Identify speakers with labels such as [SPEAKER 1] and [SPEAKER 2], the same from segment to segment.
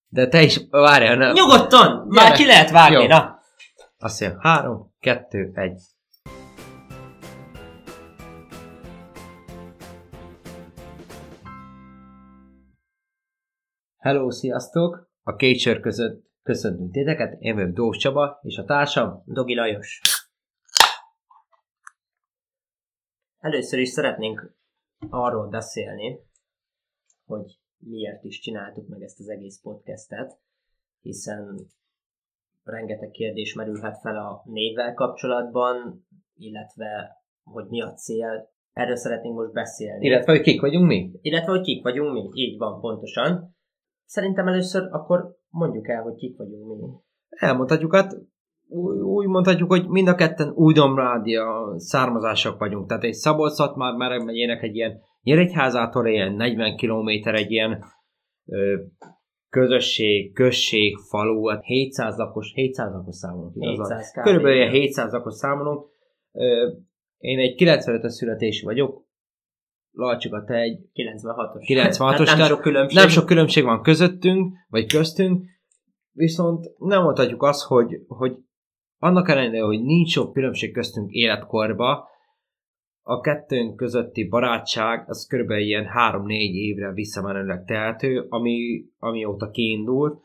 [SPEAKER 1] De te is, várjál, nem.
[SPEAKER 2] Nyugodtan! Már ki lehet vágni,
[SPEAKER 1] Jó.
[SPEAKER 2] na!
[SPEAKER 1] Azt mondja, 3, 2, 1. Hello, sziasztok! A két sör között köszöntünk titeket, én vagyok Dózs Csaba, és a társam
[SPEAKER 2] Dogi Lajos. Először is szeretnénk arról beszélni, hogy miért is csináltuk meg ezt az egész podcastet, hiszen rengeteg kérdés merülhet fel a névvel kapcsolatban, illetve hogy mi a cél. Erről szeretnénk most beszélni.
[SPEAKER 1] Illetve, hogy kik vagyunk mi?
[SPEAKER 2] Így van, pontosan. Szerintem először akkor mondjuk el, hogy kik vagyunk mi.
[SPEAKER 1] Elmondhatjuk, hát úgy mondhatjuk, hogy mind a ketten Újdomrádia származások vagyunk. Tehát egy Szabolcs-Szatmár megyének egy ilyen Nyíregyházától ilyen 40 kilométer egy ilyen község, falu, hát 700 lakos számolunk.
[SPEAKER 2] 700 kb.
[SPEAKER 1] Körülbelül ilyen 700 lakos számolunk. Én egy 95-ös születésű vagyok. Lajcsika, te egy
[SPEAKER 2] 96-os.
[SPEAKER 1] 96-os.
[SPEAKER 2] Hát nem sok különbség.
[SPEAKER 1] Nem sok különbség van közöttünk, vagy köztünk, viszont nem mondhatjuk azt, hogy annak ellenére, hogy nincs sok különbség köztünk életkorba, a kettőnk közötti barátság, az körülbelül ilyen 3-4 évre visszamenőleg tehető, amióta kiindult,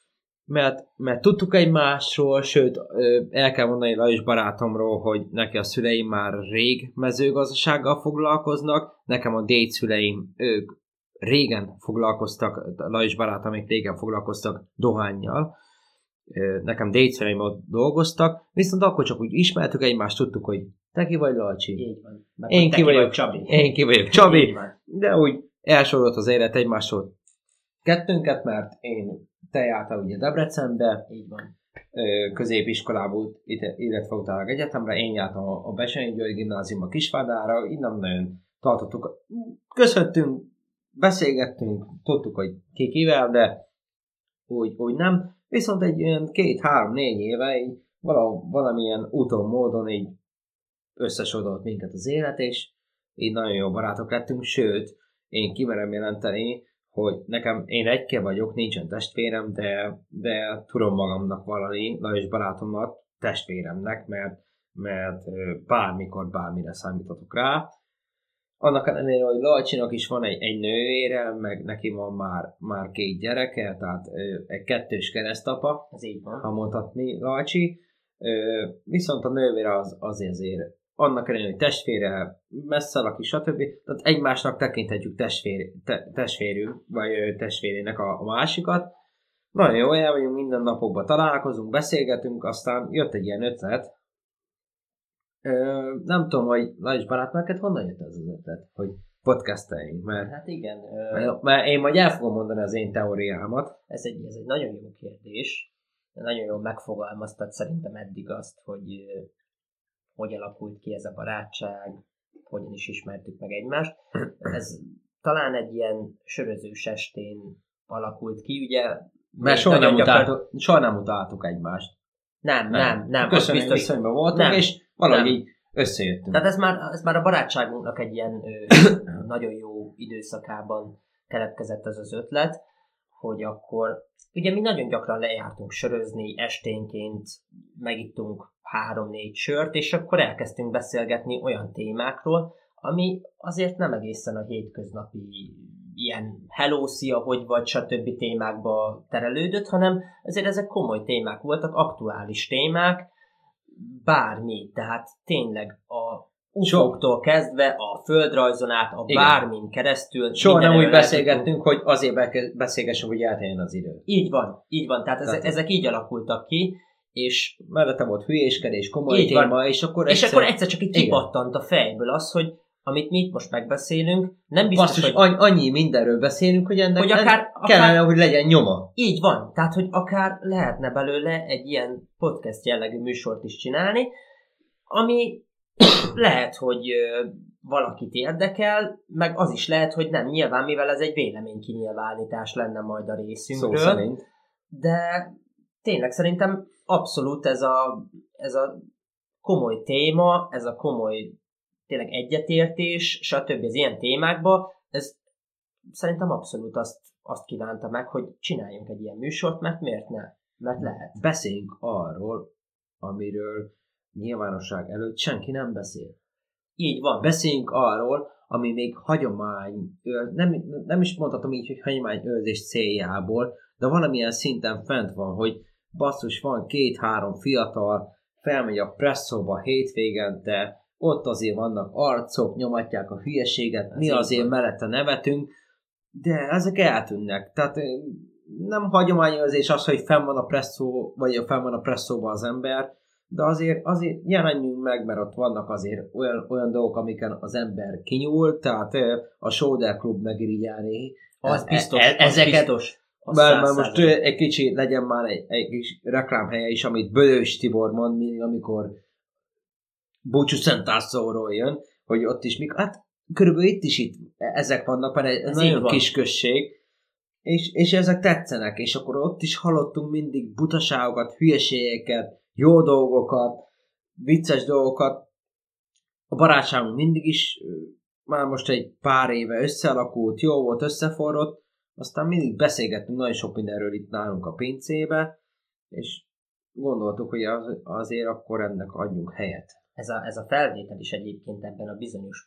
[SPEAKER 1] mert tudtuk egymásról, sőt, el kell mondani Lajos barátomról, hogy neki a szüleim már rég mezőgazdasággal foglalkoznak, nekem a dédszüleim, ők régen foglalkoztak, Lajos barátomik régen foglalkoztak dohánnyal, nekem dédszüleim ott dolgoztak, viszont akkor csak úgy ismertük egymást, tudtuk, hogy te ki vagy, Lajcsi?
[SPEAKER 2] Így van.
[SPEAKER 1] Én ki vagyok
[SPEAKER 2] Csabi.
[SPEAKER 1] Én ki vagyok Csabi, de úgy elsorolt az élet egymásról kettőnket, mert te jártál ugye Debrecenbe,
[SPEAKER 2] Így van.
[SPEAKER 1] Középiskolából, illetve utána egyetemre, én jártam a Bessenyi György gimnáziumba Kisvádára, innen nagyon tartottuk, köszöntünk, beszélgettünk, tudtuk, hogy ki kivel, de úgy nem. Viszont egy olyan 2-3-4 éve így valamilyen úton, módon így összesodolt minket az élet, és így nagyon jó barátok lettünk, sőt, én kimerem jelenteni, hogy én egyke vagyok, nincsen testvérem, de tudom magamnak valami, Lajos barátomnak testvéremnek, mert bármikor, bármire számítatok rá. Annak ellenére, hogy Lajcsinak is van egy nővére, meg neki van már 2 gyereke, tehát egy 2-s keresztapa,
[SPEAKER 2] Ez így van.
[SPEAKER 1] ha mondhatni Lajcsi. Viszont a nővére az azért annak ellenére, hogy testvére, messze lakik, stb. Tehát egymásnak tekinthetjük testvérünk, vagy testvérének a másikat. Nagyon jó, el vagyunk, minden napokban találkozunk, beszélgetünk, aztán jött egy ilyen ötlet. Nem tudom, hogy Lajos barát, neked honnan jött ez az ötlet, hogy podcasteljünk, mert,
[SPEAKER 2] Hát igen.
[SPEAKER 1] mert én majd el fogom mondani az én teóriámat.
[SPEAKER 2] Ez egy nagyon jó kérdés. Nagyon jól megfogalmaztad szerintem eddig azt, hogy alakult ki ez a barátság, hogyan is ismertük meg egymást. Ez talán egy ilyen sörözős estén alakult ki, ugye?
[SPEAKER 1] Mert soha nem utáltuk egymást.
[SPEAKER 2] Nem.
[SPEAKER 1] Köszönjük, viszonyban voltunk, és valahogy így összejöttünk.
[SPEAKER 2] Tehát ez már a barátságunknak egy ilyen nagyon jó időszakában keletkezett ez az ötlet, hogy akkor, ugye mi nagyon gyakran lejártunk sörözni, esténként megittunk 3-4 sört, és akkor elkezdtünk beszélgetni olyan témákról, ami azért nem egészen a hétköznapi ilyen hello, szia, hogy vagy, stb. Témákba terelődött, hanem azért ezek komoly témák voltak, aktuális témák, bármi, tehát tényleg a UFO-któl kezdve a földrajzon át, a bármin keresztül.
[SPEAKER 1] Soha nem úgy beszélgettünk, hogy azért beszélgessünk, hogy elteljen az idő.
[SPEAKER 2] Így van, tehát ezek így alakultak ki, és
[SPEAKER 1] mellette volt hülyéskedés, komoly téma, és akkor
[SPEAKER 2] egyszer csak így kipattant a fejből az, hogy amit mi itt most megbeszélünk, nem biztos,
[SPEAKER 1] hogy annyi mindenről beszélünk, hogy ennek
[SPEAKER 2] hogy akár
[SPEAKER 1] kellene, hogy legyen nyoma.
[SPEAKER 2] Így van, tehát hogy akár lehetne belőle egy ilyen podcast jellegű műsort is csinálni, ami lehet, hogy valakit érdekel, meg az is lehet, hogy nem, nyilván, mivel ez egy véleménykinyilvánítás lenne majd a részünkről.
[SPEAKER 1] Szó szerint.
[SPEAKER 2] De tényleg szerintem abszolút ez a komoly téma, ez a komoly tényleg egyetértés, stb. Az ilyen témákban, ez szerintem abszolút azt kívánta meg, hogy csináljunk egy ilyen műsort, mert miért ne? Mert lehet.
[SPEAKER 1] Beszéljünk arról, amiről nyilvánosság előtt senki nem beszél.
[SPEAKER 2] Így van.
[SPEAKER 1] Beszéljünk arról, ami még hagyomány, nem is mondhatom így, hogy hagyományőrzés céljából, de valamilyen szinten fent van, hogy basszus, van 2-3 fiatal, felmegy a presszóba hétvégente, ott azért vannak arcok, nyomatják a hülyeséget, mi azért mellette nevetünk, de ezek eltűnnek. Tehát nem hagyományőrzés az, hogy fenn van a presszó, vagy fenn van a presszóban az ember, de azért jelenjünk meg, mert ott vannak azért olyan dolgok, amiken az ember kinyúl, tehát a Soder Klub megirigyelni.
[SPEAKER 2] Az biztos, ezeket, biztos.
[SPEAKER 1] Mert most egy kicsi legyen már egy kis reklámhelye is, amit Bölös Tibor mond mindig, amikor Búcsú Szentászóról jön, hogy ott is hát körülbelül itt ezek vannak, mert ez nagyon kis község, és ezek tetszenek, és akkor ott is hallottunk mindig butaságokat, hülyeségeket, jó dolgokat, vicces dolgokat. A barátságunk mindig is már most egy pár éve összealakult, jó volt, összeforrott, aztán mindig beszélgettünk nagyon sok mindenről itt nálunk a pincébe, és gondoltuk, hogy
[SPEAKER 2] azért
[SPEAKER 1] akkor ennek adjunk helyet.
[SPEAKER 2] Ez a felvétel is egyébként ebben a bizonyos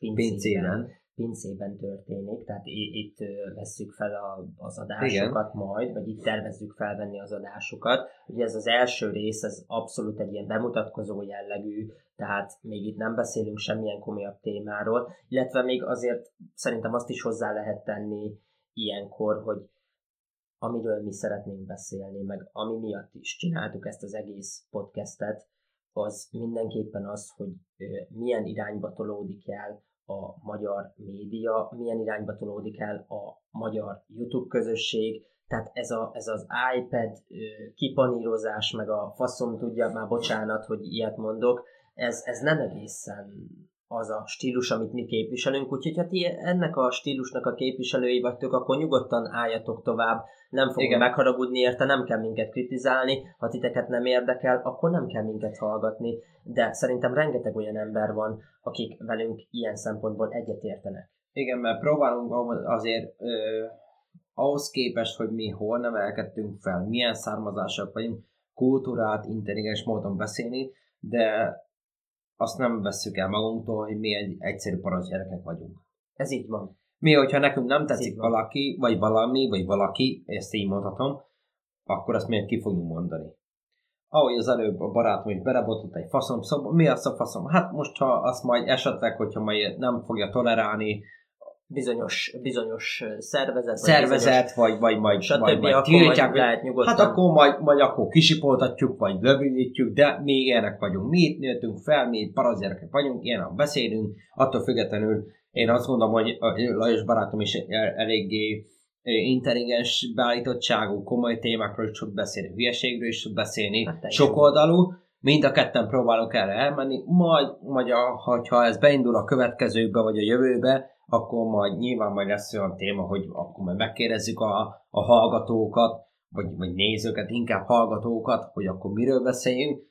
[SPEAKER 2] pincében történik, tehát itt vesszük fel az adásokat. Igen. Majd, vagy itt tervezzük felvenni az adásokat. Ugye ez az első rész, ez abszolút egy ilyen bemutatkozó jellegű, tehát még itt nem beszélünk semmilyen komolyabb témáról, illetve még azért szerintem azt is hozzá lehet tenni ilyenkor, hogy amiről mi szeretnénk beszélni, meg ami miatt is csináltuk ezt az egész podcastet, az mindenképpen az, hogy milyen irányba tolódik el a magyar média, milyen irányba tolódik el a magyar YouTube közösség, tehát ez az iPad kipanírozás, meg a faszom tudja, már bocsánat, hogy ilyet mondok, ez nem egészen az a stílus, amit mi képviselünk, úgyhogy ha ti ennek a stílusnak a képviselői vagytok, akkor nyugodtan álljatok tovább, nem fogunk megharagudni érte, nem kell minket kritizálni, ha titeket nem érdekel, akkor nem kell minket hallgatni, de szerintem rengeteg olyan ember van, akik velünk ilyen szempontból egyetértenek.
[SPEAKER 1] Igen, mert próbálunk azért ahhoz képest, hogy mi hol nevelkedtünk fel, milyen származások vagyunk, kultúrát, intelligens módon beszélni, de azt nem vesszük el magunktól, hogy mi egy egyszerű parasz gyerekek vagyunk.
[SPEAKER 2] Ez így van.
[SPEAKER 1] Mi, hogyha nekünk nem tetszik valaki, vagy valami, vagy valaki, ezt így mondhatom, akkor azt még ki fogjuk mondani. Ahogy az előbb a barátom is belebotott egy faszom, szóval mi az a faszom? Hát most, ha azt majd esetleg, hogyha majd nem fogja tolerálni
[SPEAKER 2] bizonyos szervezet,
[SPEAKER 1] vagy majd
[SPEAKER 2] tiltják, lehet nyugodtan.
[SPEAKER 1] Hát akkor majd akkor kisipoltatjuk, vagy lövidítjük, de mi ilyenek vagyunk. Mi itt nőttünk fel, mi itt parazgyerekek vagyunk, ilyenek beszélünk, attól függetlenül én azt gondolom, hogy Lajos barátom is eléggé intelligens beállítottságú, komoly témákról is tud beszélni, hülyeségről is tud beszélni, sokoldalú, mind a ketten próbálunk erre elmenni, majd ha ez beindul a következőkbe, vagy a jövőbe, akkor majd nyilván majd lesz olyan téma, hogy akkor majd megkérdezzük a hallgatókat, vagy nézőket, inkább hallgatókat, hogy akkor miről beszéljünk,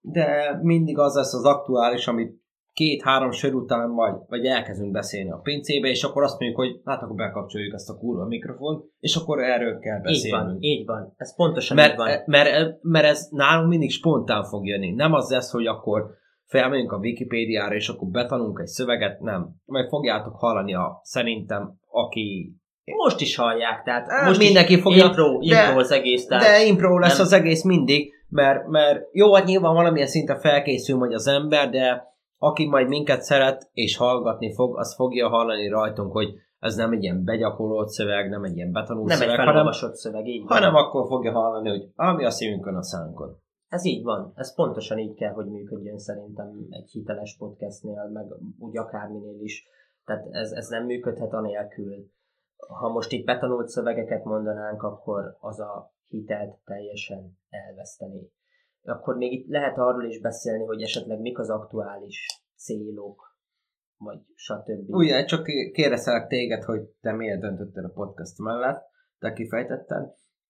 [SPEAKER 1] de mindig az lesz az aktuális, amit 2-3 sör után vagy elkezdünk beszélni a pincébe, és akkor azt mondjuk, hogy hát akkor bekapcsoljuk ezt a kurva mikrofont, és akkor erről kell beszélnünk.
[SPEAKER 2] Így van. Ez pontosan
[SPEAKER 1] így van. Mert ez nálunk mindig spontán fog jönni. Nem az lesz, hogy akkor felmegyünk a Wikipédiára, és akkor betanulunk egy szöveget, nem. Majd fogjátok hallani szerintem, aki...
[SPEAKER 2] Most is hallják, tehát
[SPEAKER 1] most mindenki fogja...
[SPEAKER 2] Impro az egész. Tehát
[SPEAKER 1] de impro lesz az egész mindig, mert jó, hát nyilván valamilyen szinten felkészül majd az ember, de aki majd minket szeret és hallgatni fog, az fogja hallani rajtunk, hogy ez nem egy ilyen begyakorolt szöveg, nem egy ilyen betanult
[SPEAKER 2] nem
[SPEAKER 1] szöveg,
[SPEAKER 2] egy felolvasott szöveg, így van.
[SPEAKER 1] Hanem akkor fogja hallani, hogy ami a szívünkön, a szánkon.
[SPEAKER 2] Ez így van. Ez pontosan így kell, hogy működjön szerintem egy hiteles podcastnél, meg úgy akárminél is. Tehát ez nem működhet anélkül. Ha most itt betanult szövegeket mondanánk, akkor az a hitelt teljesen elveszteni. Akkor még itt lehet arról is beszélni, hogy esetleg mik az aktuális célok, vagy stb.
[SPEAKER 1] Ugye, csak kérdezelek téged, hogy te miért döntöttél a podcast mellett, te kifejtetted.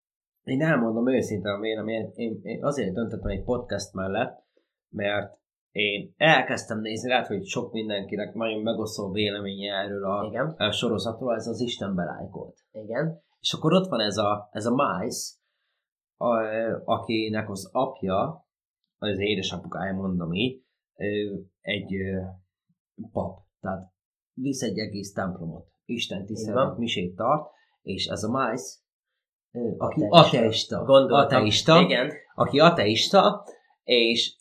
[SPEAKER 1] Én elmondom őszintén a véleményet, én azért döntöttem egy podcast mellett, mert én elkezdtem nézni, lehet, hogy sok mindenkinek nagyon megosztó véleménye erről a sorozatról, ez az Isten belájkolt.
[SPEAKER 2] Igen.
[SPEAKER 1] És akkor ott van ez a Mice, akinek az apja, az édesapukája, mondom így, egy pap. Tehát visz egy egész templomot, Isten tisztelet, misét tart, és ez a Mice, aki ateista,
[SPEAKER 2] igen.
[SPEAKER 1] Aki ateista, és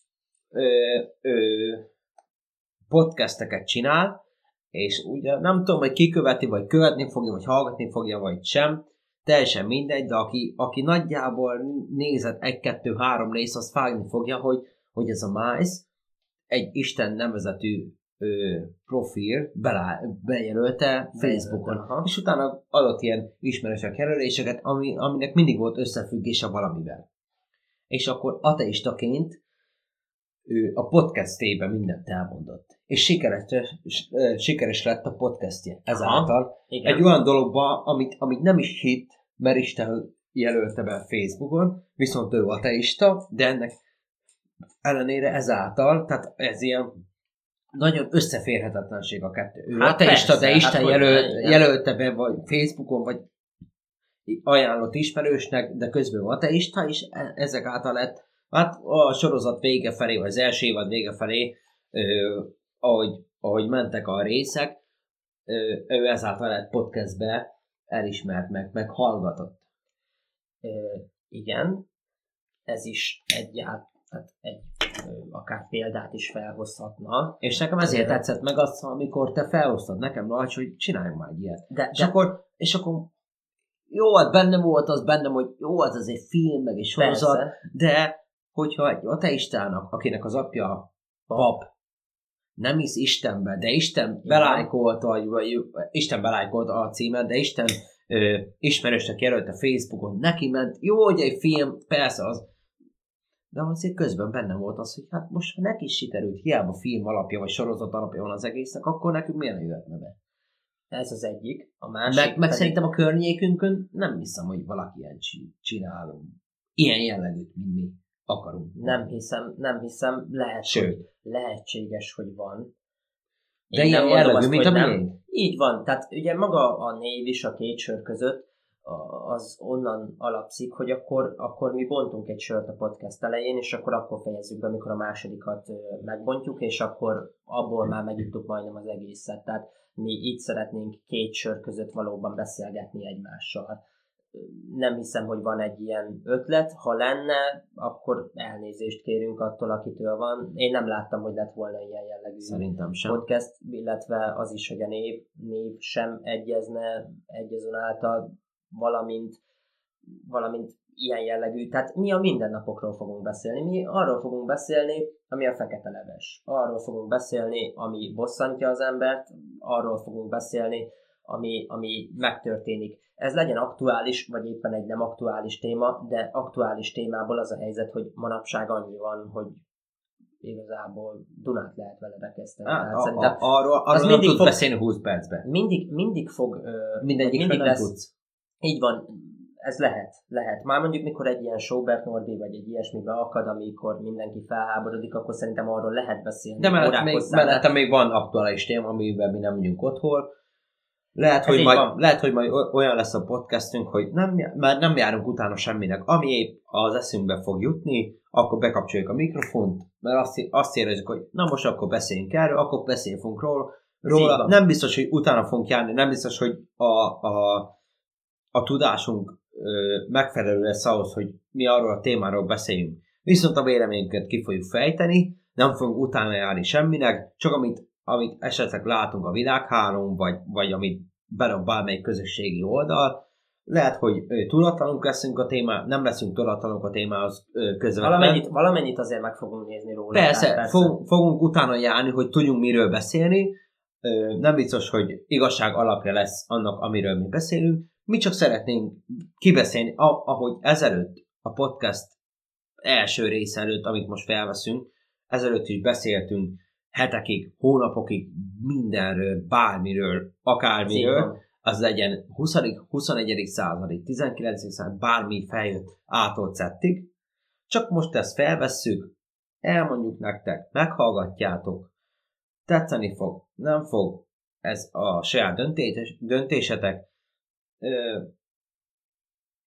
[SPEAKER 1] podcasteket csinál, és ugye nem tudom, hogy kiköveti, vagy követni fogja, vagy hallgatni fogja, vagy sem, teljesen mindegy, de aki nagyjából nézett 1-2-3 rész, az fájni fogja, hogy ez a Mice egy Isten nevezetű profil bejelölte Facebookon, és utána adott ilyen ismerősök jelöléseket, aminek mindig volt összefüggése valamivel. És akkor ateistaként ő a podcastében mindent elmondott. És sikeres lett a podcastje ezáltal. Egy olyan dologba, amit nem is hitt, mert Isten jelölte be Facebookon, viszont ő ateista, de ennek ellenére ezáltal, tehát ez ilyen nagyon összeférhetetlenség a kettő. Ő ateista, de Isten jelölte be vagy Facebookon, vagy ajánlott ismerősnek, de közben ateista, és ezek által lett, hát a sorozat vége felé, vagy az első évad vége felé, ahogy mentek a részek, ő ezáltal lett podcastbe elismert, meg hallgatott.
[SPEAKER 2] Igen, ez is egy akár példát is felhozhatna.
[SPEAKER 1] És nekem ezért tetszett meg azt, amikor te felhoztad nekem, Rajcs, hogy csináljunk már ilyet. És akkor jó, hát benne volt, hogy jó, az egy film, meg egy sorozat, de hogyha egy ateistának, akinek az apja pap, nem hisz Istenbe, de Isten belájkolta, vagy Isten belájkolta a címet, de Isten ismerősnek jelölte Facebookon, neki ment, jó, hogy egy film, persze az, de azért közben benne volt az, hogy hát most ha neki is sikerült, hiába film alapja, vagy sorozat alapja van az egésznek, akkor nekünk miért ne jöhetne be?
[SPEAKER 2] Ez az egyik. A másik
[SPEAKER 1] meg szerintem a környékünkön nem hiszem, hogy valaki ilyen csinál, ilyen jellegűt, mint mi akarunk.
[SPEAKER 2] Nem hiszem, lehetséges, hogy van.
[SPEAKER 1] De ilyen jellegű, mint a miénk?
[SPEAKER 2] Így van, tehát ugye maga a név is a két sör között, az onnan alapszik, hogy akkor mi bontunk egy sört a podcast elején, és akkor fejezzük be, amikor a másodikat megbontjuk, és akkor abból már megittuk majdnem az egészet. Tehát mi így szeretnénk két sör között valóban beszélgetni egymással. Nem hiszem, hogy van egy ilyen ötlet. Ha lenne, akkor elnézést kérünk attól, akitől van. Én nem láttam, hogy lett volna ilyen jellegű
[SPEAKER 1] szerintem sem
[SPEAKER 2] podcast, illetve az is, hogy a név sem egyezön által, valamint ilyen jellegű. Tehát mi a mindennapokról fogunk beszélni. Mi arról fogunk beszélni, ami a fekete leves. Arról fogunk beszélni, ami bosszantja az embert. Arról fogunk beszélni, ami megtörténik. Ez legyen aktuális, vagy éppen egy nem aktuális téma, de aktuális témából az a helyzet, hogy manapság annyi van, hogy igazából Dunát lehet vele bekezdeni.
[SPEAKER 1] Arról nem tudsz beszélni 20 percben.
[SPEAKER 2] Mindig fog...
[SPEAKER 1] Mindegyikről nem tudsz.
[SPEAKER 2] Így van, ez lehet. Már mondjuk, mikor egy ilyen Sobert Norbi, vagy egy ilyesmibe akad, amikor mindenki felháborodik, akkor szerintem arról lehet beszélni.
[SPEAKER 1] De mellette még van aktuális téma, amiben mi nem vagyunk otthon. Lehet, hogy majd olyan lesz a podcastünk, hogy már nem járunk utána semminek. Ami épp az eszünkbe fog jutni, akkor bekapcsoljuk a mikrofont, mert azt érezzük, hogy na most akkor beszéljünk erről, akkor beszélünk róla. Nem biztos, hogy utána fogunk járni, nem biztos, hogy a tudásunk megfelelő lesz ahhoz, hogy mi arról a témáról beszéljünk. Viszont a véleményünket ki fogjuk fejteni, nem fogunk utána járni semminek, csak amit esetleg látunk a világhálón, vagy amit bedob bármelyik közösségi oldal. Lehet, hogy tudatlanunk leszünk a témá, nem leszünk tudatlanunk a témához közvetlenül.
[SPEAKER 2] Valamennyit azért meg fogunk nézni róla.
[SPEAKER 1] Persze. Fogunk utána járni, hogy tudjunk miről beszélni. Nem biztos, hogy igazság alapja lesz annak, amiről mi beszélünk. Mi csak szeretnénk kibeszélni, ahogy ezelőtt a podcast első rész előtt, amit most felveszünk, ezelőtt is beszéltünk hetekig, hónapokig mindenről, bármiről, akármiről, az legyen 20., 21. századi, 19. század, bármi feljött ától szettig. Csak most ezt felvesszük, elmondjuk nektek, meghallgatjátok, tetszeni fog, nem fog, ez a saját döntésetek.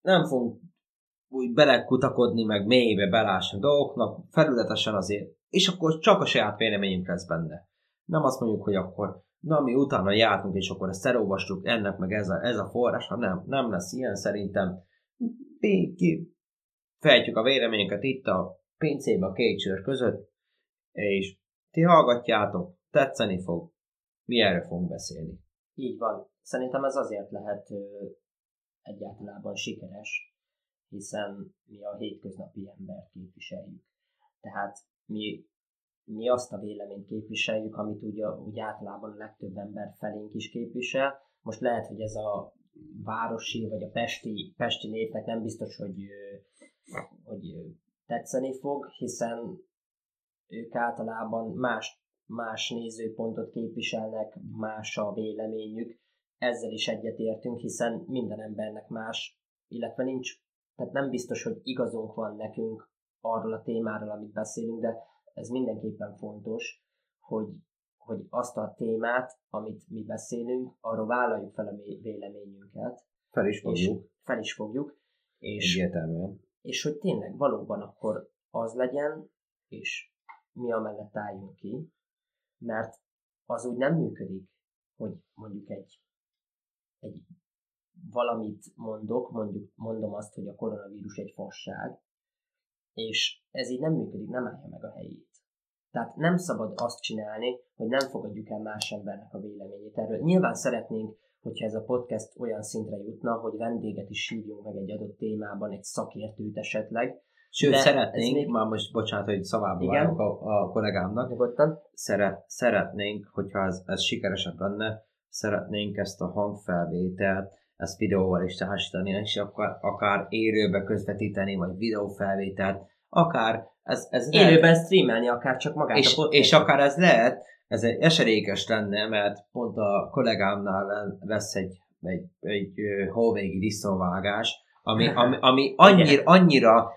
[SPEAKER 1] nem fogunk úgy belekutakodni, meg mélybe belásni dolgoknak, felületesen azért, és akkor csak a saját véleményünk lesz benne. Nem azt mondjuk, hogy akkor, na mi utána jártunk, és akkor ezt elolvastuk, ennek meg ez a forrás, nem lesz ilyen szerintem. Fejtjük a véleményünket itt a pincébe a két sör között, és ti hallgatjátok, tetszeni fog, mi erről fogunk beszélni.
[SPEAKER 2] Így van. Szerintem ez azért lehet egyáltalában sikeres, hiszen mi a hétköznapi embert képviseljük. Tehát mi azt a véleményt képviseljük, amit úgy általában a legtöbb ember felénk is képvisel. Most lehet, hogy ez a városi vagy a pesti népnek nem biztos, hogy tetszeni fog, hiszen ők általában más nézőpontot képviselnek, más a véleményük. Ezzel is egyetértünk, hiszen minden embernek más, illetve tehát nem biztos, hogy igazunk van nekünk arról a témáról, amit beszélünk, de ez mindenképpen fontos, hogy azt a témát, amit mi beszélünk, arról vállaljuk fel a véleményünket. Fel is fogjuk. És hogy tényleg valóban akkor az legyen, és mi amellett álljunk ki, mert az úgy nem működik, hogy mondjuk egy valamit mondom azt, hogy a koronavírus egy fasság, és ez így nem működik, nem állja meg a helyét. Tehát nem szabad azt csinálni, hogy nem fogadjuk el más embernek a véleményét erről. Nyilván szeretnénk, hogyha ez a podcast olyan szintre jutna, hogy vendéget is hívjunk meg egy adott témában, egy szakértőt esetleg.
[SPEAKER 1] Sőt, szeretnénk, már most bocsánat, hogy szavába válok a kollégámnak, szeretnénk, hogyha ez sikeresebb lenne, szeretnénk ezt a hangfelvételt, ezt videóval is társítani, és akár élőbe közvetíteni, vagy videófelvételt, akár ez
[SPEAKER 2] élőben streamelni, akár csak magát a podcast.
[SPEAKER 1] És akár ez lehet, ez egy esedékes lenne, mert pont a kollégámnál lesz egy hóvégi disznóvágás, ami annyira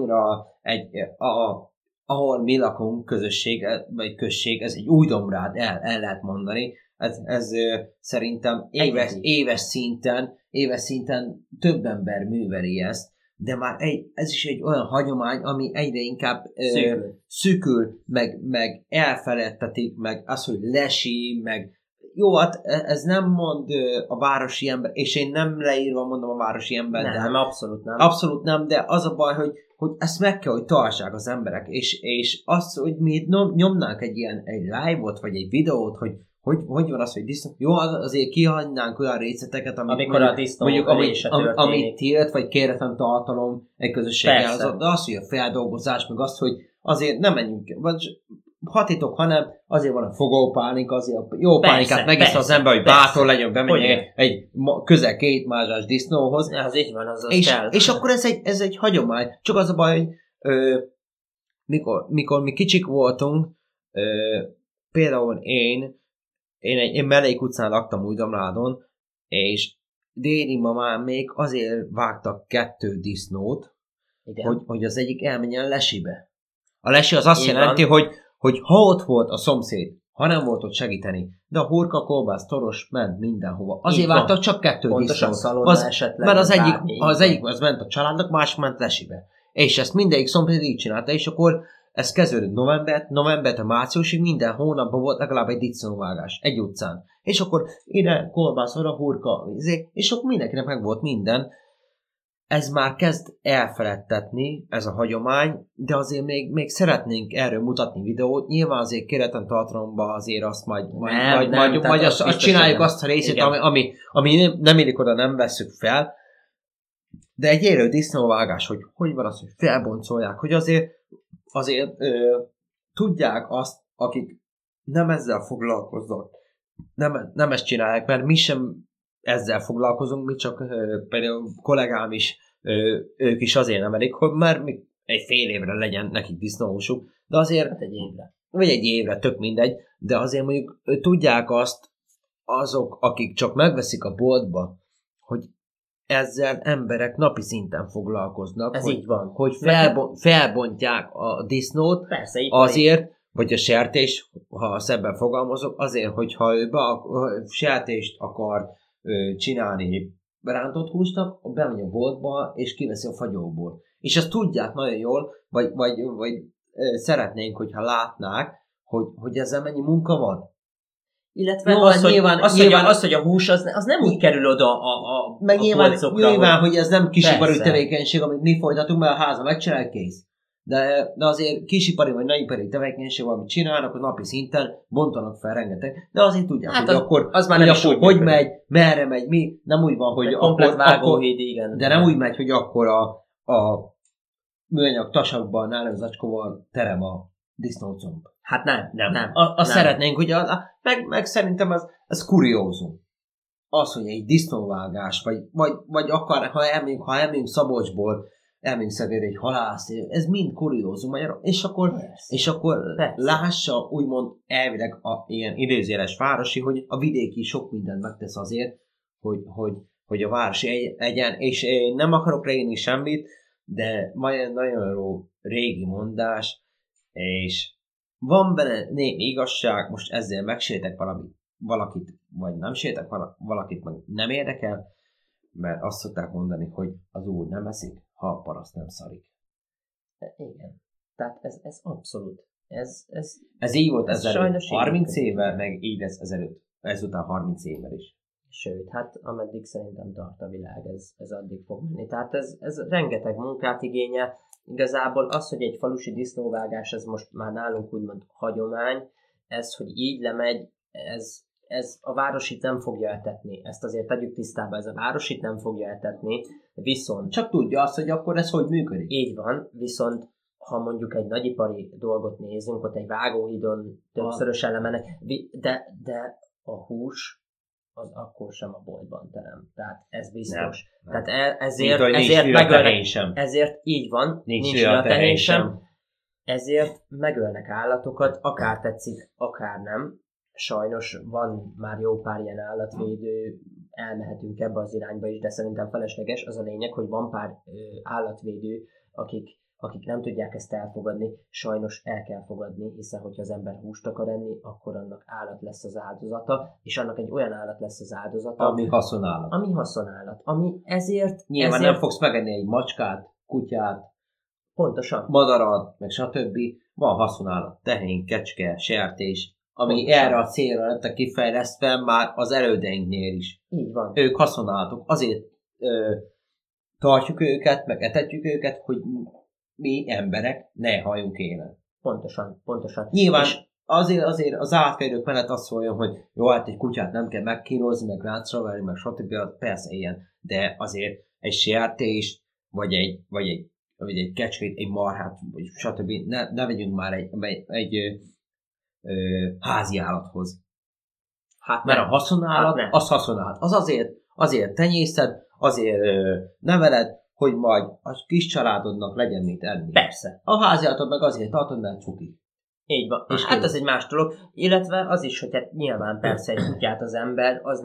[SPEAKER 1] ahol mi lakunk, közösség, vagy község, ez egy új Domrád, el lehet mondani. Ez szerintem éves szinten több ember műveli ezt, de már ez is egy olyan hagyomány, ami egyre inkább szűkül, meg elfeledtetik, meg az, hogy lesi, meg jó, hát ez nem mond a városi ember, és én nem leírva mondom a városi ember.
[SPEAKER 2] Nem, abszolút nem.
[SPEAKER 1] Abszolút nem, de az a baj, hogy ezt meg kell, hogy tartsák az emberek, és azt, hogy mi nyomnánk egy live-ot, vagy egy videót, hogy van az, hogy disznó? Jó, azért kihagynánk olyan részleteket,
[SPEAKER 2] amikor a disznó
[SPEAKER 1] amit tilt, vagy kérhetetlen tartalom egy közösséggel, de az, hogy a feldolgozás, meg az, hogy azért nem menjünk, vagy hatitok, hanem azért van a fogópálinka, azért a jó pálinkát megisz az ember, hogy bátor legyen, bemenjen egy közel 2 mázsás disznóhoz.
[SPEAKER 2] Az így van, az
[SPEAKER 1] kell. És akkor ez egy hagyomány. Csak az a baj, hogy mikor mi kicsik voltunk, például én Mellék utcán laktam Újdomrádon, és déli mamám még azért vágtak 2 disznót, hogy az egyik elmenjen lesibe. A lesi az azt jelenti, hogy ha ott volt a szomszéd, ha nem volt ott segíteni, de a hurka, kolbász, toros ment mindenhova. Azért vágtak csak 2 disznót. Mert az egyik az ment a családnak, más ment lesibe. És ezt mindegyik szomszéd így csinálta, és akkor ez kezdődött november a márciusig, minden hónapban volt legalább egy disznóvágás, egy utcán. És akkor ide kolbász, oda hurka, és akkor mindenkinek meg volt minden. Ez már kezd elfeledtetni, ez a hagyomány, de azért még szeretnénk erről mutatni videót. Nyilván azért kérhetetlen tartalomban azért azt majd azt csináljuk azt a részét, ami nem illik oda, nem vesszük fel. De egy élő disznóvágás, hogy van az, hogy felboncolják, hogy azért tudják azt, akik nem ezzel foglalkoznak, nem ezt csinálják, mert mi sem ezzel foglalkozunk, mi csak például kollégám is, ők is azért nem elég, hogy már egy fél évre legyen nekik disznóhúsuk, de azért egy évre, tök mindegy, de azért mondjuk tudják azt azok, akik csak megveszik a boltba, hogy ezzel emberek napi szinten foglalkoznak.
[SPEAKER 2] Ez így van.
[SPEAKER 1] Hogy felbontják a disznót,
[SPEAKER 2] persze,
[SPEAKER 1] azért, vagy a sertés, ha szebben fogalmazok, azért, hogyha ő a sertést akar csinálni rántott húsnak, bemegy a boltba, és kiveszi a fagyóból. És ezt tudják nagyon jól, vagy szeretnénk, hogyha látnák, hogy ezzel mennyi munka van.
[SPEAKER 2] Illetve jó, az, hogy a hús az nem úgy kerül oda a polcokra.
[SPEAKER 1] Nyilván, hogy ez nem kisiparú tevékenység, amit mi folytatunk, mert a háza megcsinál, kész. De azért kisipari vagy nagyipari tevékenység, amit csinálnak, a napi szinten bontanak fel rengeteg, de azért tudják, hát hogy akkor,
[SPEAKER 2] az már nem is
[SPEAKER 1] akkor hogy megy, merre megy, mi, nem úgy van, hogy
[SPEAKER 2] komplet vágóhíd, igen.
[SPEAKER 1] De nem úgy megy, hogy akkor a műanyag tasakban, nálunk zacskóval terem a disznócomb.
[SPEAKER 2] Hát nem.
[SPEAKER 1] Azt szeretnénk, hogy meg szerintem ez kuriózum. Az, hogy egy disznóvágás, vagy akár, ha elmegyünk Szabolcsból, elmegyünk Szegedre egy halász, ez mind kuriózum. És akkor lássa, úgymond elvileg ilyen idézéles városi, hogy a vidéki sok mindent megtesz azért, hogy a városi egyen, és én nem akarok leírni semmit, de nagyon régi mondás, és van benne némi igazság, most ezzel megsértek valakit, vagy nem sértek valakit, meg nem érdekel, mert azt szokták mondani, hogy az úr nem eszik, ha a paraszt nem szarik.
[SPEAKER 2] Igen. Tehát ez abszolút.
[SPEAKER 1] Ez így volt ezelőtt 30 évvel, meg így lesz ezután 30 évvel is.
[SPEAKER 2] Sőt, hát ameddig szerintem tart a világ, ez addig fog menni. Tehát ez rengeteg munkát igényel. Igazából az, hogy egy falusi disznóvágás, ez most már nálunk úgymond hagyomány, ez, hogy így lemegy, ez a városit nem fogja etetni. Ezt azért tegyük tisztába, ez a városit nem fogja etetni, viszont...
[SPEAKER 1] Csak tudja azt, hogy akkor ez hogy működik.
[SPEAKER 2] Így van, viszont ha mondjuk egy nagyipari dolgot nézünk, ott egy vágóhídon többszörös elemenek, de a hús az akkor sem a boltban terem. Tehát ez biztos. Nem. Tehát ezért így van, nincs a tehén sem. Ezért megölnek állatokat, akár tetszik, akár nem. Sajnos van már jó pár ilyen állatvédő, elmehetünk ebbe az irányba is, de szerintem felesleges. Az a lényeg, hogy van pár állatvédő, akik nem tudják ezt elfogadni, sajnos el kell fogadni, hiszen hogyha az ember húst akar enni, akkor annak állat lesz az áldozata, és annak egy olyan állat lesz az áldozata,
[SPEAKER 1] ami haszonállat.
[SPEAKER 2] Ami ezért...
[SPEAKER 1] Nyilván nem fogsz megenni egy macskát, kutyát,
[SPEAKER 2] pontosan.
[SPEAKER 1] Madarat, meg stb. Van haszonállat, tehén, kecske, sertés, ami pontosan. Erre a célra lettek kifejlesztve már az elődeinknél is.
[SPEAKER 2] Így van.
[SPEAKER 1] Ők haszonállatok. Azért tartjuk őket, meg etetjük őket, hogy mi emberek ne halljunk élen.
[SPEAKER 2] Pontosan.
[SPEAKER 1] Nyilván azért az átfejlők mellett azt szóljon, hogy jó, hát egy kutyát nem kell megkínozni, meg láncra verni, meg stb. Persze ilyen, de azért egy sertés, vagy egy kecskét, egy marhát, vagy stb. Ne vegyünk már egy házi állathoz. Hát mert a haszonállat, az haszonállat. Az azért tenyészed, azért neveled, hogy majd a kis családodnak legyen mit enni.
[SPEAKER 2] Persze.
[SPEAKER 1] A háziállátod meg azért tartod, mert cuki.
[SPEAKER 2] Így van. És hát ez egy más dolog. Illetve az is, hogy hát nyilván persze egy kutyát az ember, az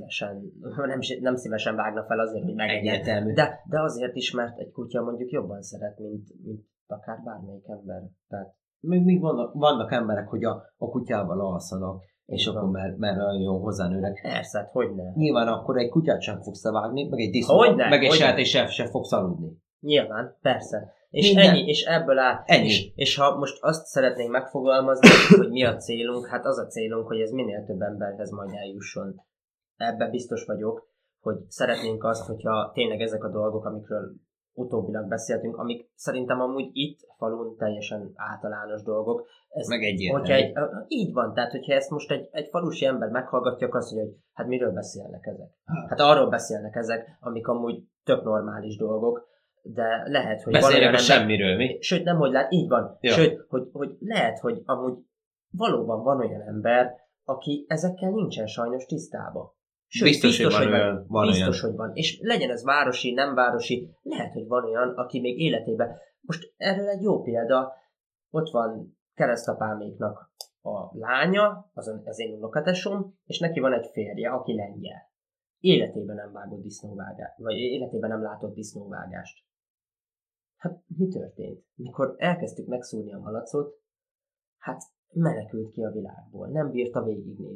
[SPEAKER 2] nem szívesen vágna fel azért, hogy megegyen. De azért is, mert egy kutya mondjuk jobban szeret, mint akár bármelyik ember. Tehát
[SPEAKER 1] még vannak emberek, hogy a kutyával alszanak, és akkor mert nagyon jó hozzánőnek.
[SPEAKER 2] Persze, hát hogyne.
[SPEAKER 1] Nyilván akkor egy kutyát sem fogsz vágni, meg egy disznót, meg egy sertés sem fogsz aludni.
[SPEAKER 2] Nyilván, persze. És ennyi, és ebből áll.
[SPEAKER 1] Ennyi.
[SPEAKER 2] És ha most azt szeretnénk megfogalmazni, hogy mi a célunk, hát az a célunk, hogy ez minél több emberhez majd eljusson. Ebben biztos vagyok, hogy szeretnénk azt, hogyha tényleg ezek a dolgok, amikről utóbbilag beszéltünk, amik szerintem amúgy itt falun teljesen általános dolgok.
[SPEAKER 1] Meg egyértelmű.
[SPEAKER 2] Így van, tehát hogyha ezt most egy falusi ember meghallgatja, akkor azt mondja, hogy hát miről beszélnek ezek? Hát arról beszélnek ezek, amik amúgy tök normális dolgok, de lehet, hogy
[SPEAKER 1] beszélnek a semmiről, mi?
[SPEAKER 2] Sőt, nem, hogy lát, így van. Ja. Sőt, hogy lehet, hogy amúgy valóban van olyan ember, aki ezekkel nincsen sajnos tisztában. Sőt, biztos, hogy van. És legyen ez városi, nem városi, lehet, hogy van olyan, aki még életében... Most erről egy jó példa, ott van keresztapáméknak a lánya, az én unokatesom, és neki van egy férje, aki lengyel. Életében nem vágott disznóvágást, vagy életében nem látott disznóvágást. Hát mi történt? Mikor elkezdtük megszúrni a malacot, hát menekült ki a világból, nem bírta végignézni.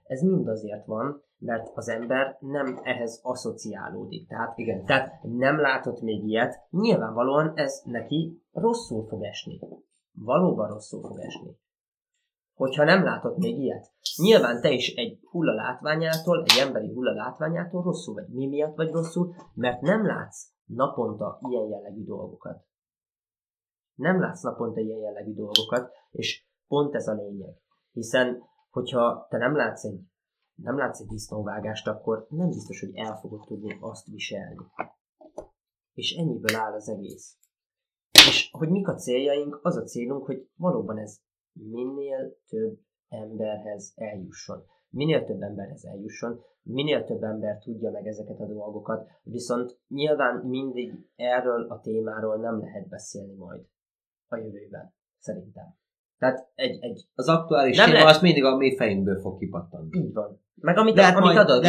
[SPEAKER 2] Ez mind azért van, mert az ember nem ehhez asszociálódik. Tehát nem látott még ilyet, nyilvánvalóan ez neki rosszul fog esni. Valóban rosszul fog esni. Hogyha nem látott még ilyet. Nyilván te is egy hullalátványától, egy emberi hullalátványától rosszul vagy. Mi miatt vagy rosszul? Mert nem látsz naponta ilyen jellegű dolgokat. Nem látsz naponta ilyen jellegű dolgokat, és pont ez a lényeg. Hiszen, hogyha te nem látsz egy disznóvágást, akkor nem biztos, hogy el fogod tudni azt viselni. És ennyiből áll az egész. És hogy mik a céljaink, az a célunk, hogy valóban ez minél több emberhez eljusson. Minél több emberhez eljusson, minél több ember tudja meg ezeket a dolgokat, viszont nyilván mindig erről a témáról nem lehet beszélni majd a jövőben, szerintem. Tehát
[SPEAKER 1] az aktuális téma az mindig a mi fejünkből fog kipattanni.
[SPEAKER 2] Így van. Meg amit adod.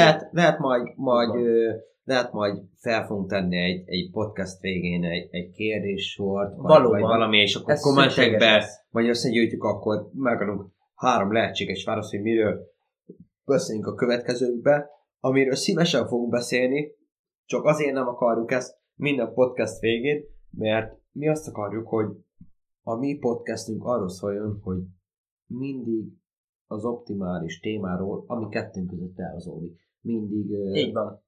[SPEAKER 1] Lehet majd fel fogunk tenni egy podcast végén egy kérdéssort, vagy valami, és akkor kommentekbe, vagy összegyűjtjük, akkor megadunk 3 lehetséges választ, hogy miről beszélünk a következőkbe, amiről szívesen fogunk beszélni, csak azért nem akarjuk ezt minden podcast végén, mert mi azt akarjuk, hogy a mi podcastünk arról szóljon, hogy mindig az optimális témáról, ami kettőnk között elhozódik. Mindig...
[SPEAKER 2] Így van.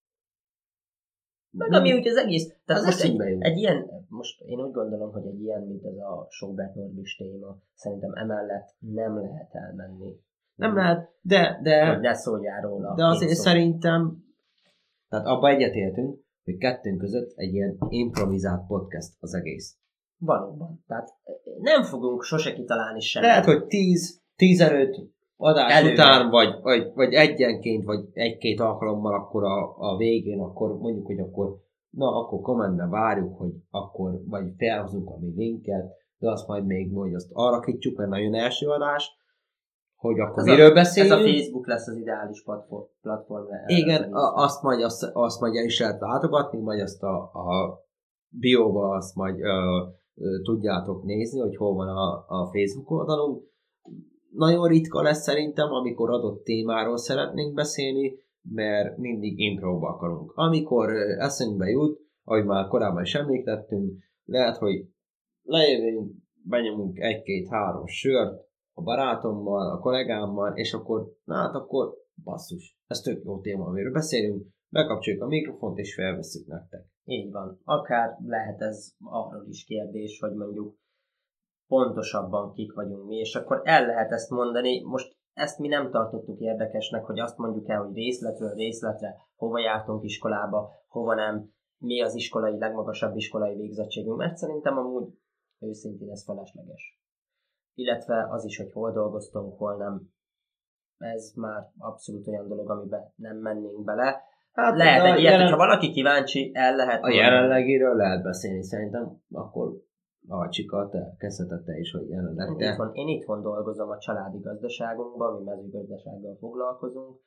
[SPEAKER 2] Meg ami úgy az egész... Tehát most én úgy gondolom, hogy egy ilyen, mint ez a Sobert Norbis téma, szerintem emellett nem lehet elmenni.
[SPEAKER 1] Nem lehet, de...
[SPEAKER 2] Hogy ne szóljál róla.
[SPEAKER 1] De azért szerintem... Tehát abba egyetértünk, hogy kettőnk között egy ilyen improvizált podcast az egész.
[SPEAKER 2] Valóban. Tehát nem fogunk sose kitalálni semmit.
[SPEAKER 1] Lehet, hogy 10-15 adás után, vagy egyenként, vagy 1-2 alkalommal akkor a végén, akkor mondjuk, hogy akkor kommentben várjuk, hogy akkor, vagy felhozunk a mi linket, de azt majd még hogy azt alakítjuk, mert nagyon első adás, hogy akkor miről beszélünk.
[SPEAKER 2] Ez a Facebook lesz az ideális platform.
[SPEAKER 1] Igen, azt majd el is lehet látogatni, majd azt a bióba azt majd tudjátok nézni, hogy hol van a Facebook oldalunk. Nagyon ritka lesz szerintem, amikor adott témáról szeretnénk beszélni, mert mindig impróba akarunk. Amikor eszünkbe jut, ahogy már korábban is említettünk, lehet, hogy lejövünk, benyomunk 1-2-3 sört a barátommal, a kollégámmal, és akkor basszus, ez tök jó téma, amiről beszélünk, bekapcsoljuk a mikrofont, és felvesszük nektek.
[SPEAKER 2] Így van. Akár lehet ez arról is kérdés, hogy mondjuk pontosabban kik vagyunk mi, és akkor el lehet ezt mondani. Most ezt mi nem tartottuk érdekesnek, hogy azt mondjuk el, hogy részletről részletre, hova jártunk iskolába, hova nem, mi az legmagasabb iskolai végzettségünk, mert szerintem amúgy őszintén ez felesleges. Illetve az is, hogy hol dolgoztunk, hol nem. Ez már abszolút olyan dolog, amiben nem mennénk bele. Hát lehet egy ilyet, hogyha valaki kíváncsi, el lehet
[SPEAKER 1] mondani. A jelenlegiről lehet beszélni, szerintem akkor a Csika, te kezdheted te is, hogy jelenleg.
[SPEAKER 2] Én itthon dolgozom a családi gazdaságunkban, mi mezőgazdasággal foglalkozunk.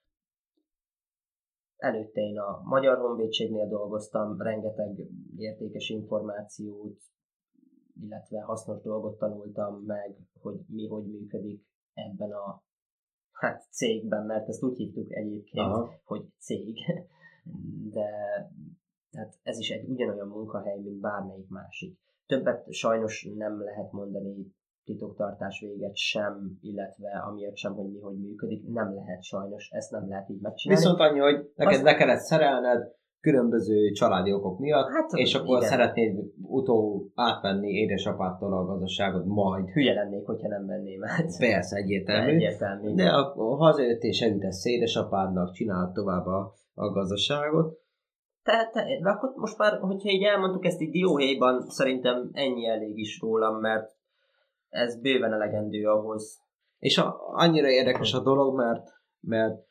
[SPEAKER 2] Előtte én a Magyar Honvédségnél dolgoztam, rengeteg értékes információt, illetve hasznos dolgot tanultam meg, hogy mi hogy működik ebben a cégben, mert ezt úgy hívtuk egyébként, hogy cég. De tehát ez is egy ugyanolyan munkahely, mint bármelyik másik. Többet sajnos nem lehet mondani, titoktartás véget sem, illetve amiatt sem, hogy mi hogy működik, nem lehet sajnos, ezt nem lehet így megcsinálni.
[SPEAKER 1] Viszont annyi, hogy neked le kellett szerelned különböző családi okok miatt, és akkor igen. Szeretnéd átvenni édesapától a gazdaságot, majd.
[SPEAKER 2] Hülye lennék, hogyha nem venném át.
[SPEAKER 1] Persze, egyértelmű. De akkor hazajött és segítesz édesapádnak, csinálod tovább a gazdaságot.
[SPEAKER 2] De akkor most már, hogyha így elmondtuk ezt így dióhéjban, szerintem ennyi elég is rólam, mert ez bőven elegendő ahhoz.
[SPEAKER 1] És annyira érdekes a dolog, mert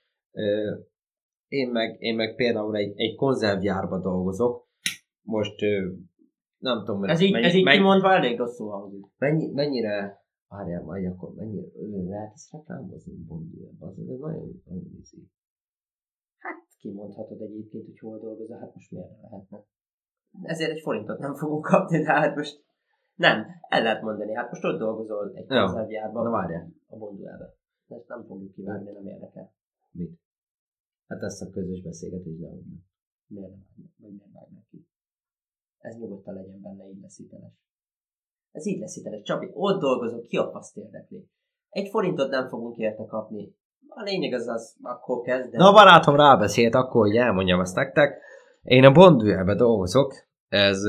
[SPEAKER 1] én meg például egy konzervgyárba dolgozok. Most nem tudom,
[SPEAKER 2] ez így kimondva elég rosszul hangzik.
[SPEAKER 1] Mennyire, várjál majd akkor, mennyire lehet ezt reklámozni Bondiában? Ez nagyon vízi.
[SPEAKER 2] Hát kimondhatod egyébként, hogy hol dolgozol, hát most miért lehetne? Ezért egy forintot nem fogunk kapni, de hát most nem, el lehet mondani, hát most ott dolgozol egy konzervgyárban,
[SPEAKER 1] na várjál.
[SPEAKER 2] A Bondiában. Ezt nem fogjuk kivágni, nem érdekel.
[SPEAKER 1] Mit? Hát ezt a közös beszélgetés, de hogy nem.
[SPEAKER 2] Miért nem vágnak? Vagy miért vágnak ki? Ez nyugodtan legyen benne, így lesz hiteles. Ez így lesz hiteles. Csabi, ott dolgozok, ki a faszt érdekli? 1 forintot nem fogunk érte kapni. A lényeg az, akkor kezd.
[SPEAKER 1] Na, a barátom rábeszélt akkor, hogy elmondjam ezt nektek. Én a Bonduelben dolgozok. Ez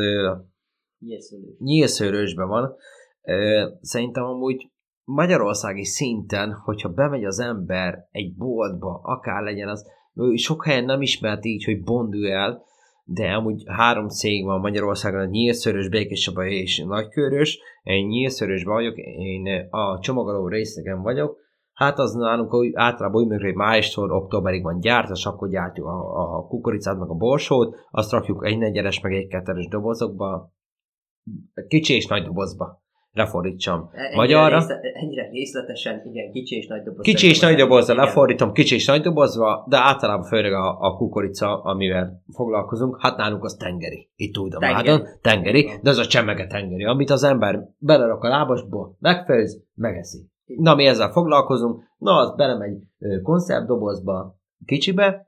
[SPEAKER 1] Nyílszőrösben van. Szerintem amúgy magyarországi szinten, hogyha bemegy az ember egy boltba, akár legyen az, sok helyen nem ismert így, hogy Bonduel, de amúgy 3 cég van Magyarországon, a Nyílszőrös, Békéscsaba és Nagykőrös. Én Nyílszőrösben vagyok, én a csomagoló részegen vagyok. Hát az nálunk általában úgy működik, hogy májustól októberig van gyártás, akkor gyártjuk a kukoricát, meg a borsót, azt rakjuk 1/4-es, meg 1/2-es dobozokba, kicsi és nagy dobozba. Lefordítsam. Magyarra.
[SPEAKER 2] Ennyire részletesen, igen, kicsi és nagy dobozba.
[SPEAKER 1] Kicsi és nagy dobozba, lefordítom kicsi és nagy dobozba, de általában főleg a kukorica, amivel foglalkozunk, hát nálunk az tengeri. Itt Újdomádon, tengeri, de az a csemege tengeri, amit az ember belerak a lábasból, megfőz, megeszi. Na, mi ezzel foglalkozunk, na, az belemegy konszervdobozba, kicsibe,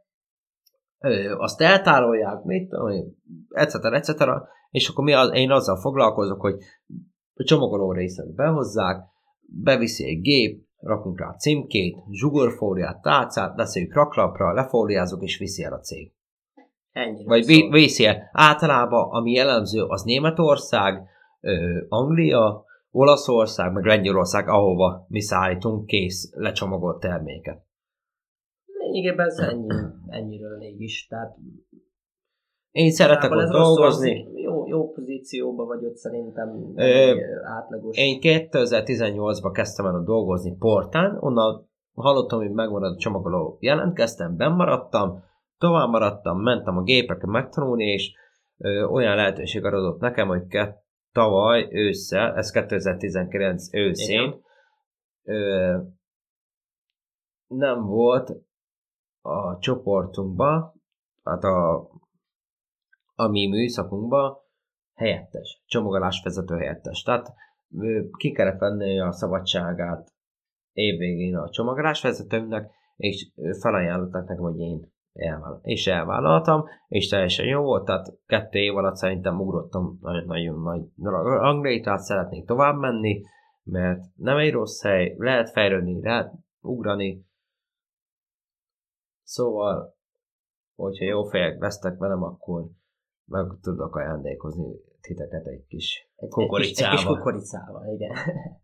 [SPEAKER 1] azt eltárolják, etc. És akkor én azzal foglalkozok, hogy a csomagoló részet behozzák, beviszi egy gép, rakunk rá címkét, zsugorfóliát, tálcát, leszéljük raklapra, lefóliázunk és viszi el a cég.
[SPEAKER 2] Ennyire
[SPEAKER 1] vagy viszi el. Általában, ami jellemző, az Németország, Anglia, Olaszország, meg Lengyelország, ahova mi szállítunk kész lecsomagolt terméket.
[SPEAKER 2] Lényegében ez ennyiről elég is. Tehát
[SPEAKER 1] én szeretek ott dolgozni.
[SPEAKER 2] Jó pozícióban vagy ott szerintem átlagos. Én
[SPEAKER 1] 2018-ban kezdtem el ott dolgozni Portán, onnan hallottam, hogy megmarad a csomagoló, jelentkeztem, bennmaradtam, tovább maradtam, mentem a gépeket megtanulni, és olyan lehetőség adott nekem, hogy tavaly ősszel, ez 2019 őszén, nem volt a csoportunkban, hát a mi műszakunkban helyettes, csomagolásvezető helyettes. Tehát ki kellett venni a szabadságát évvégén a csomagolásvezetőmnek, és felajánlották nekem, hogy én és elvállaltam, és teljesen jó volt, tehát 2 év alatt szerintem ugrottam nagyon nagy ranglétre, tehát szeretnék tovább menni, mert nem egy rossz hely, lehet fejlődni, lehet ugrani, szóval, hogyha jó fejek vesztek velem, akkor meg tudok ajándékozni titeket egy kis kukoricával.
[SPEAKER 2] Egy kis kukoricával, igen.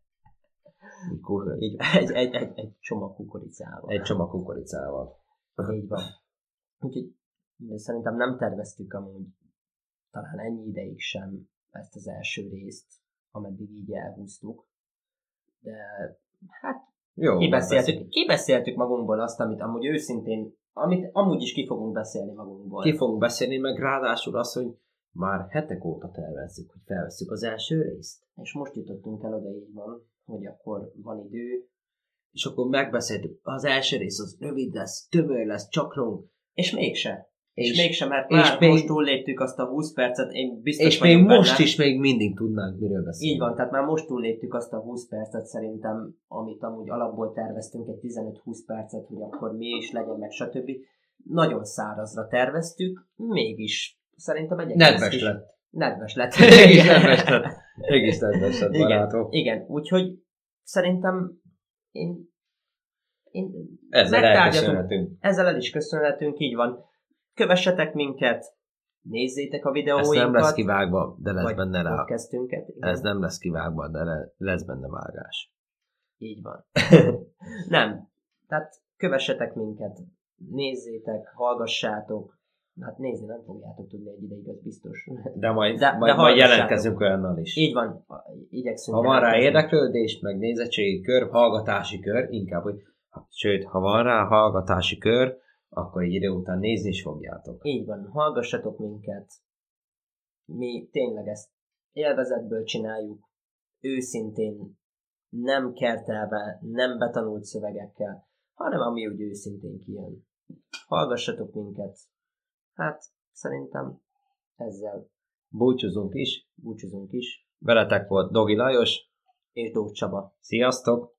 [SPEAKER 2] Egy csomag kukoricával.
[SPEAKER 1] Egy csomag kukoricával.
[SPEAKER 2] Így van. Úgyhogy szerintem nem terveztük amúgy talán ennyi ideig sem ezt az első részt, ameddig így elhúztuk. De hát jó, kibeszéltük magunkból azt, amit amúgy őszintén, amit amúgy is ki fogunk beszélni magunkból.
[SPEAKER 1] Ki fogunk beszélni, meg ráadásul az, hogy már hetek óta tervezzük, hogy felvesszük az első részt.
[SPEAKER 2] És most jutottunk el oda, így van, hogy akkor van idő.
[SPEAKER 1] És akkor megbeszéltük, az első rész az rövid lesz, tömör lesz, csaklunk.
[SPEAKER 2] És mégse. Mert már most túlléptük azt a 20 percet, én biztos vagyok
[SPEAKER 1] benne. És még most is még mindig tudnánk miről beszélni.
[SPEAKER 2] Így van, tehát már most túlléptük azt a 20 percet szerintem, amit amúgy alapból terveztünk, egy 15-20 percet, hogy akkor mi is legyen, meg stb. Nagyon szárazra terveztük, mégis szerintem egy
[SPEAKER 1] nedves lett.
[SPEAKER 2] Nedves lett.
[SPEAKER 1] Mégis nedves lett, barátok.
[SPEAKER 2] Igen, úgyhogy szerintem én
[SPEAKER 1] ezzel
[SPEAKER 2] el is köszönhetünk, így van. Kövessetek minket, nézzétek a videóinkat.
[SPEAKER 1] Ez nem lesz kivágva, de lesz benne rá. Ez nem lesz kivágva, de lesz benne vágás.
[SPEAKER 2] Így van. Nem. Tehát kövessetek minket, nézzétek, hallgassátok. Hát nézni nem fogjátok tudni egy ideig, az biztos.
[SPEAKER 1] De majd jelentkezünk olyannal is.
[SPEAKER 2] Így van, igyekszünk.
[SPEAKER 1] Ha van rá érdeklődés, meg nézettségi kör, hallgatási kör, inkább, hogy sőt, ha van rá hallgatási kör, akkor egy idő után nézni is fogjátok.
[SPEAKER 2] Így van, hallgassatok minket. Mi tényleg ezt élvezetből csináljuk, őszintén, nem kertelve, nem betanult szövegekkel, hanem ami úgy őszintén kijön. Hallgassatok minket. Hát, szerintem ezzel
[SPEAKER 1] búcsúzunk is.
[SPEAKER 2] Búcsúzunk is.
[SPEAKER 1] Veletek volt Dogi Lajos
[SPEAKER 2] és Dóth Csaba.
[SPEAKER 1] Sziasztok!